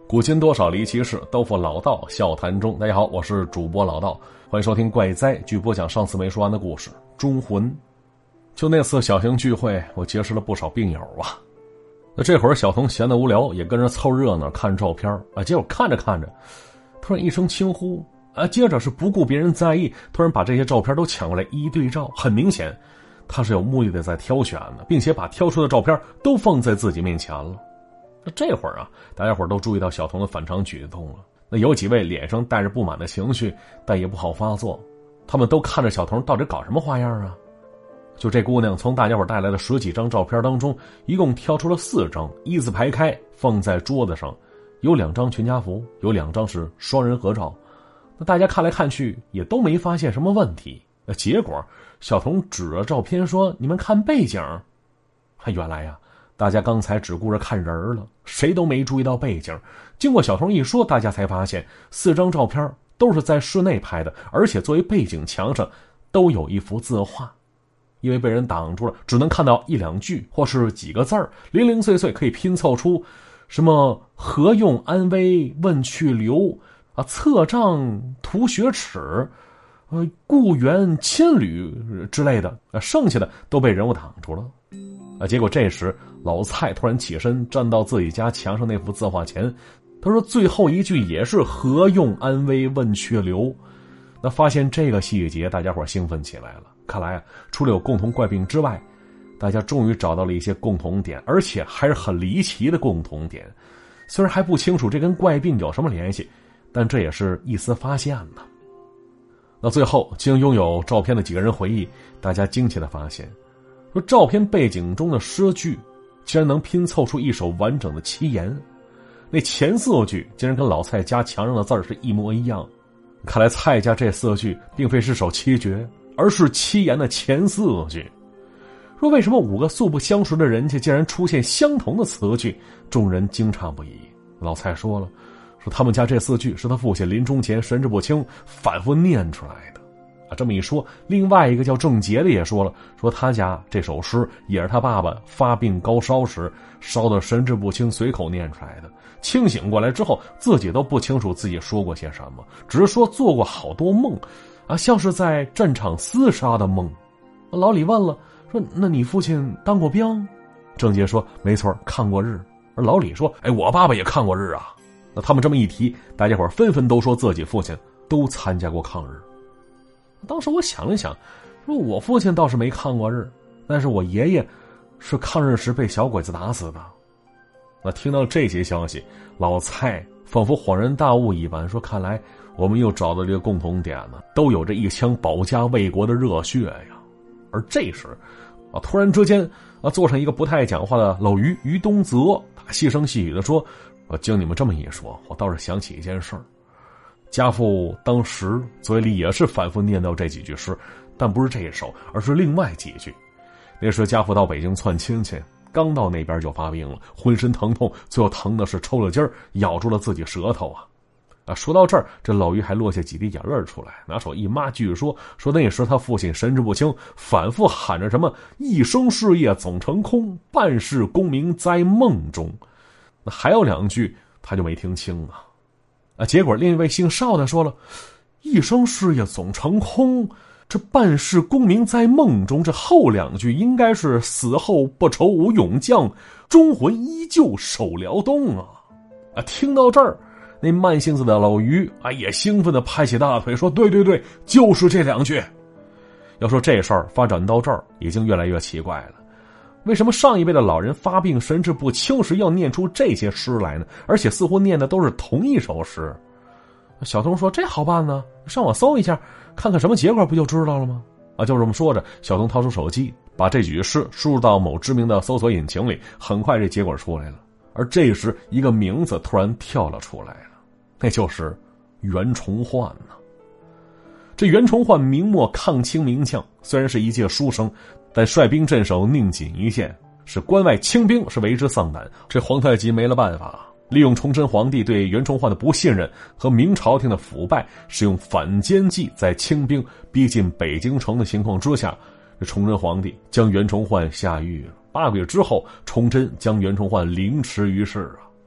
古今多少离奇事，都付老道笑谈中。大家好，我是主播老道，欢迎收听怪哉据播讲上次没说完的故事忠魂。就那次小型聚会，我结识了不少病友啊。那这会儿小童闲得无聊，也跟着凑热闹看照片啊。结果看着看着，突然一声轻呼啊，接着是不顾别人在意，突然把这些照片都抢过来一对照。很明显他是有目的的在挑选的，并且把挑出的照片都放在自己面前了。那这会儿啊，大家伙都注意到小童的反常举动了。那有几位脸上带着不满的情绪，但也不好发作，他们都看着小童到底搞什么花样啊。就这姑娘从大家伙带来的十几张照片当中，一共挑出了4张，依次排开放在桌子上，有2张全家福，有2张是双人合照。那大家看来看去也都没发现什么问题。那结果小童指着照片说：“你们看背景。”原来呀，大家刚才只顾着看人了，谁都没注意到背景。经过小童一说，大家才发现4张照片都是在室内拍的，而且作为背景墙上都有一幅字画。因为被人挡住了，只能看到1、2句或是几个字儿，零零碎碎可以拼凑出什么何用安危问去留啊，侧杖图雪耻，故园亲旅之类的，剩下的都被人物挡住了。结果这时老蔡突然起身站到自己家墙上那幅字画前，他说最后一句也是何用安危问去留。那发现这个细节，大家伙兴奋起来了。看来啊，除了有共同怪病之外，大家终于找到了一些共同点，而且还是很离奇的共同点。虽然还不清楚这跟怪病有什么联系，但这也是一丝发现呢。那最后经拥有照片的几个人回忆，大家惊奇的发现，说照片背景中的诗句竟然能拼凑出一首完整的七言，那前4句竟然跟老蔡家墙上的字儿是一模一样。看来蔡家这4句并非是首七绝，而是七言的前4句。说为什么5个素不相识的人家竟然出现相同的词句，众人惊诧不已。老蔡说了，说他们家这4句是他父亲临终前神志不清反复念出来的啊。这么一说，另外一个叫郑杰的也说了，说他家这首诗也是他爸爸发病高烧时烧得神志不清随口念出来的，清醒过来之后自己都不清楚自己说过些什么，只是说做过好多梦啊，像是在战场厮杀的梦。老李问了，说那你父亲当过兵？郑杰说没错，看过日。而老李说我爸爸也看过日啊。那他们这么一提，大家伙纷纷都说自己父亲都参加过抗日。当时我想了想，说我父亲倒是没看过日，但是我爷爷是抗日时被小鬼子打死的。那听到这些消息，老蔡仿佛恍然大悟一般，说看来我们又找到这个共同点了，都有着一腔保家卫国的热血呀。而这时突然之间坐上一个不太爱讲话的老于东泽，他细声细语的说，经你们这么一说，我倒是想起一件事儿。家父当时嘴里也是反复念叨这几句诗，但不是这一首，而是另外几句。那时家父到北京窜亲戚，刚到那边就发病了，浑身疼痛，最后疼的是抽了筋儿，咬住了自己舌头啊。说到这儿，这老于还落下几滴眼泪出来，拿手一抹，继续说那时他父亲神志不清，反复喊着什么一生事业总成空，半世功名在梦中。那还有2句他就没听清结果另一位姓邵的说了，一生事业总成空，这半世功名在梦中，这后2句应该是死后不愁无勇将，忠魂依旧守辽东听到这儿，那慢性子的老于也兴奋地拍起大腿说，对，就是这2句。要说这事儿发展到这儿已经越来越奇怪了，为什么上一辈的老人发病神志不清时要念出这些诗来呢？而且似乎念的都是同一首诗。小童说这好办呢，上网搜一下看看什么结果不就知道了吗？就这么说着，小童掏出手机把这几句诗输入到某知名的搜索引擎里，很快这结果出来了。而这时一个名字突然跳了出来了，那就是袁崇焕这袁崇焕明末抗清名将，虽然是一介书生，但率兵镇守宁锦一线，是关外清兵是为之丧胆。这皇太极没了办法，利用崇祯皇帝对袁崇焕的不信任和明朝廷的腐败，使用反间计，在清兵逼近北京城的情况之下，崇祯皇帝将袁崇焕下狱了。8个月之后，崇祯将袁崇焕凌迟于世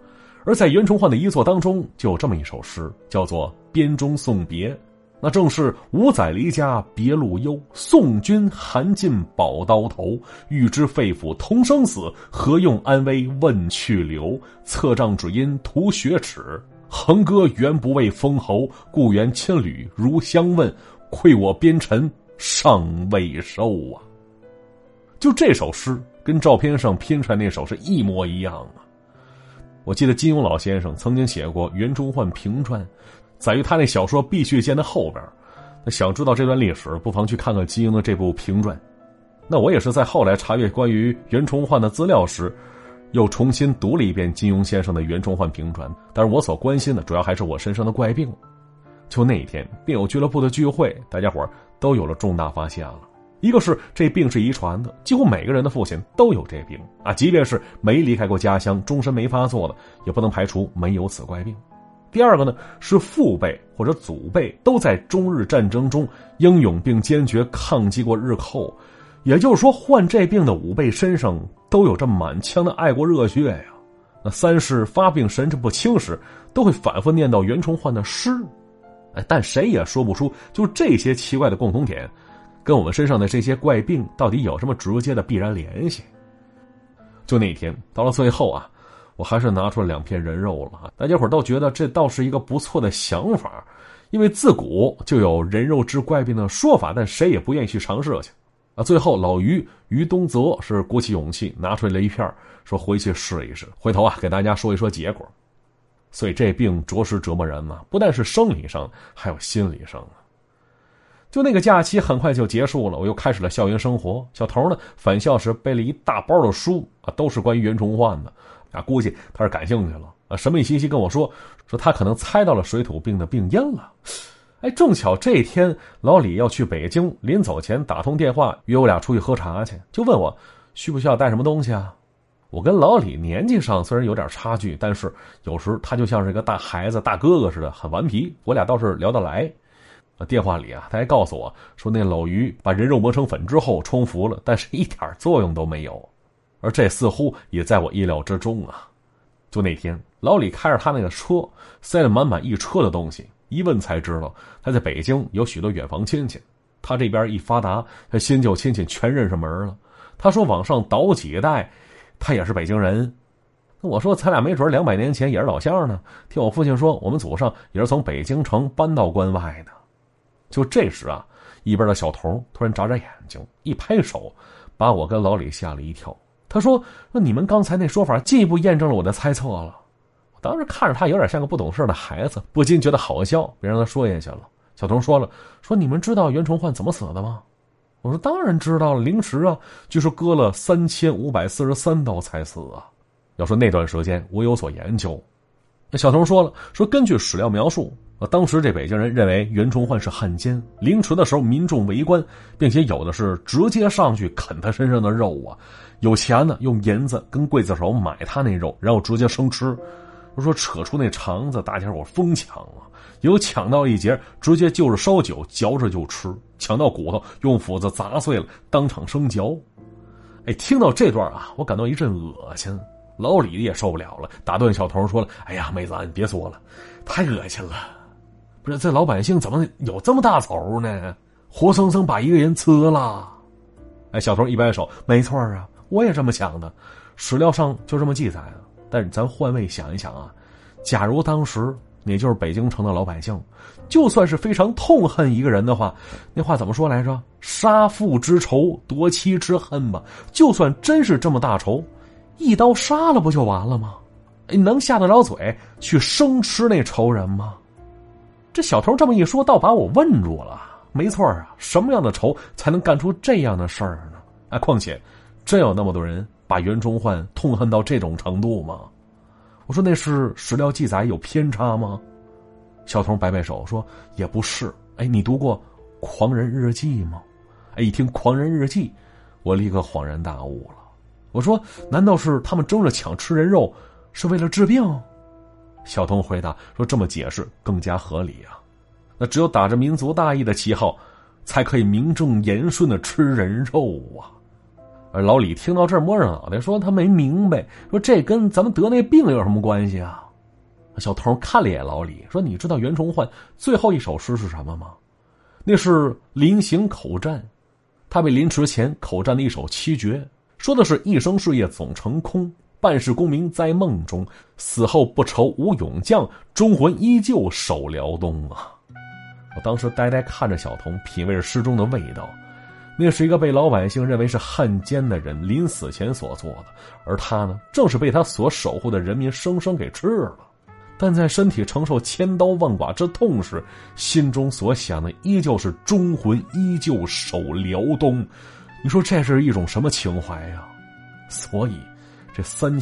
而在袁崇焕的遗作当中就有这么一首诗，叫做《边中送别》，那正是五载离家别路幽，送君寒尽宝刀头。欲知肺腑同生死，何用安危问去留。策杖只因图雪耻，横戈原不为封侯。故园千里如相问，愧我边尘尚未收啊。就这首诗跟照片上拼出来那首是一模一样啊。我记得金庸老先生曾经写过袁崇焕评传，在于他那小说《碧血剑》的后边。那想知道这段历史，不妨去看看金庸的这部评传。那我也是在后来查阅关于袁崇焕的资料时，又重新读了一遍金庸先生的袁崇焕评传。但是我所关心的主要还是我身上的怪病。就那一天病友俱乐部的聚会，大家伙都有了重大发现了。一个是这病是遗传的，几乎每个人的父亲都有这病啊，即便是没离开过家乡，终身没发作的，也不能排除没有此怪病。第二个呢，是父辈或者祖辈都在中日战争中英勇并坚决抗击过日寇，也就是说患这病的五辈身上都有着满腔的爱国热血呀。那三是发病神志不清时都会反复念叨袁崇焕的诗，但谁也说不出就这些奇怪的共同点跟我们身上的这些怪病到底有什么直接的必然联系。就那天到了最后啊，我还是拿出了2片人肉了，大家伙都觉得这倒是一个不错的想法，因为自古就有人肉治怪病的说法，但谁也不愿意去尝试去啊。最后老于东泽是鼓起勇气拿出来了一片，说回去试一试，回头啊给大家说一说结果。所以这病着实折磨人啊，不但是生理上，还有心理上啊。就那个假期很快就结束了，我又开始了校园生活。小童呢，返校时背了一大包的书啊，都是关于袁崇焕的啊，估计他是感兴趣了啊，神秘兮兮跟我说他可能猜到了水土病的病因了。正巧这天老李要去北京，临走前打通电话约我俩出去喝茶去，就问我需不需要带什么东西啊。我跟老李年纪上虽然有点差距，但是有时他就像是一个大孩子大哥哥似的，很顽皮，我俩倒是聊得来。电话里啊，他还告诉我说那老于把人肉磨成粉之后冲服了，但是一点作用都没有，而这似乎也在我意料之中啊。就那天老李开着他那个车，塞了满满一车的东西，一问才知道他在北京有许多远房亲戚，他这边一发达，他新旧亲戚全认识门了。他说往上倒几代他也是北京人。我说咱俩没准200年前也是老乡呢，听我父亲说我们祖上也是从北京城搬到关外的。就这时啊，一边的小童突然眨眨眼睛，一拍手，把我跟老李吓了一跳。他说你们刚才那说法进一步验证了我的猜测了。我当时看着他有点像个不懂事的孩子，不禁觉得好笑，别让他说下去了。小童说你们知道袁崇焕怎么死的吗？我说当然知道了，凌迟啊，据说割了3543刀才死啊。要说那段时间我有所研究。那小童说根据史料描述，当时这北京人认为袁崇焕是汉奸，凌迟的时候民众围观，并且有的是直接上去啃他身上的肉啊，有钱呢用银子跟刽子手买他那肉，然后直接生吃。说扯出那肠子，大家伙疯抢啊，有抢到一截直接就是烧酒嚼着就吃，抢到骨头用斧子砸碎了当场生嚼。听到这段啊，我感到一阵恶心。老李也受不了了，打断小童说了，哎呀妹子你别说了，太恶心了，不是这老百姓怎么有这么大仇呢，活生生把一个人吃了。小童一摆手，没错啊，我也这么想的，史料上就这么记载的。但是咱换位想一想啊，假如当时你就是北京城的老百姓，就算是非常痛恨一个人的话，那话怎么说来着？杀父之仇，夺妻之恨吧。就算真是这么大仇，一刀杀了不就完了吗？能下得了嘴去生吃那仇人吗？这小偷这么一说，倒把我问住了。没错啊，什么样的仇才能干出这样的事儿呢？况且真有那么多人把袁崇焕痛恨到这种程度吗？我说那是史料记载有偏差吗？小童摆摆手说也不是。你读过《狂人日记》吗？一听《狂人日记》，我立刻恍然大悟了。我说难道是他们争着抢吃人肉是为了治病？小童回答说这么解释更加合理啊，那只有打着民族大义的旗号才可以名正言顺的吃人肉啊。而老李听到这儿摸着脑袋说他没明白，说这跟咱们得那病有什么关系啊？ 小偷看了一眼老李，说：“你知道袁崇焕最后一首诗是什么吗？那是临行口战，他被临池前口战的一首七绝，说的是一生事业总成空，半世功名在梦中，死后不愁无勇将，忠魂依旧守辽东啊！”我当时呆呆看着小童，品味着诗中的味道。那是一个被老百姓认为是汉奸的人临死前所做的，而他呢，正是被他所守护的人民生生给吃了。但在身体承受千刀万剐之痛时，心中所想的依旧是忠魂依旧守辽东。你说这是一种什么情怀呀？所以这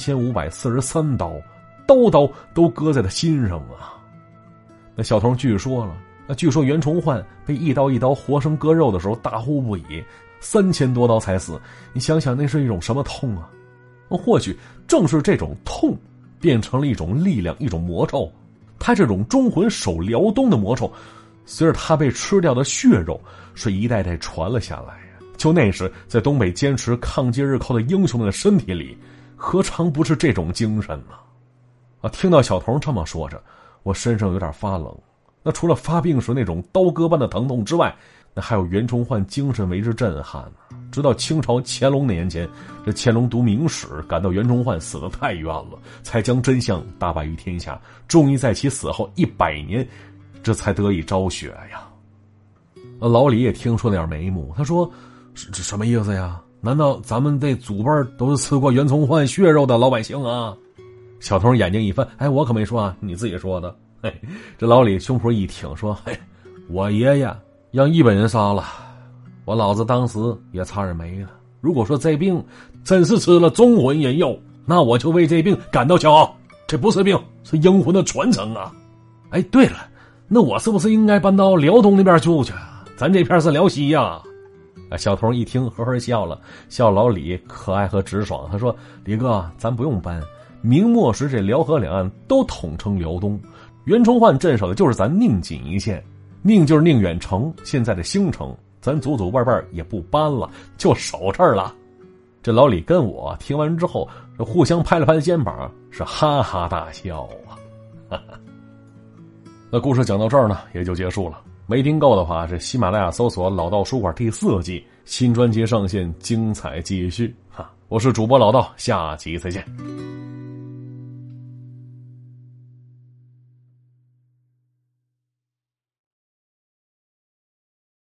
3543刀，刀刀都割在他心上啊。那小童据说了，据说袁崇焕被一刀一刀活生割肉的时候大呼不已，3000多刀才死。你想想那是一种什么痛啊？或许正是这种痛变成了一种力量，一种魔咒。他这种忠魂守辽东的魔咒，随着他被吃掉的血肉是一代代传了下来。就那时在东北坚持抗击日寇的英雄们的身体里，何尝不是这种精神呢？听到小童这么说着，我身上有点发冷。那除了发病时那种刀割般的疼痛之外，那还有袁崇焕精神为之震撼呢。直到清朝乾隆年间，这乾隆读明史，感到袁崇焕死得太冤了，才将真相大白于天下。终于在其死后100年，这才得以昭雪呀。老李也听出了点眉目，他说：“这什么意思呀？难道咱们这祖辈都是吃过袁崇焕血肉的老百姓啊？”小童眼睛一翻：“哎，我可没说啊，你自己说的。”嘿，这老李胸脯一挺，说：“嘿，我爷爷让日本人杀了，我老子当时也差点没了。如果说这病真是吃了忠魂人肉，那我就为这病感到骄傲。这不是病，是英魂的传承啊！哎，对了，那我是不是应该搬到辽东那边住去？咱这片是辽西呀。”小童一听呵呵笑了，笑老李可爱和直爽。他说：“李哥，咱不用搬，明末时这辽河两岸都统称辽东。袁崇焕镇守的就是咱宁锦一线，宁就是宁远城，现在的兴城，咱祖祖辈辈也不搬了，就守这儿了。”这老李跟我听完之后，互相拍了拍肩膀，是哈哈大笑啊。那故事讲到这儿呢，也就结束了。没听够的话，这喜马拉雅搜索老道书馆第4季，新专辑上线，精彩继续。我是主播老道，下集再见。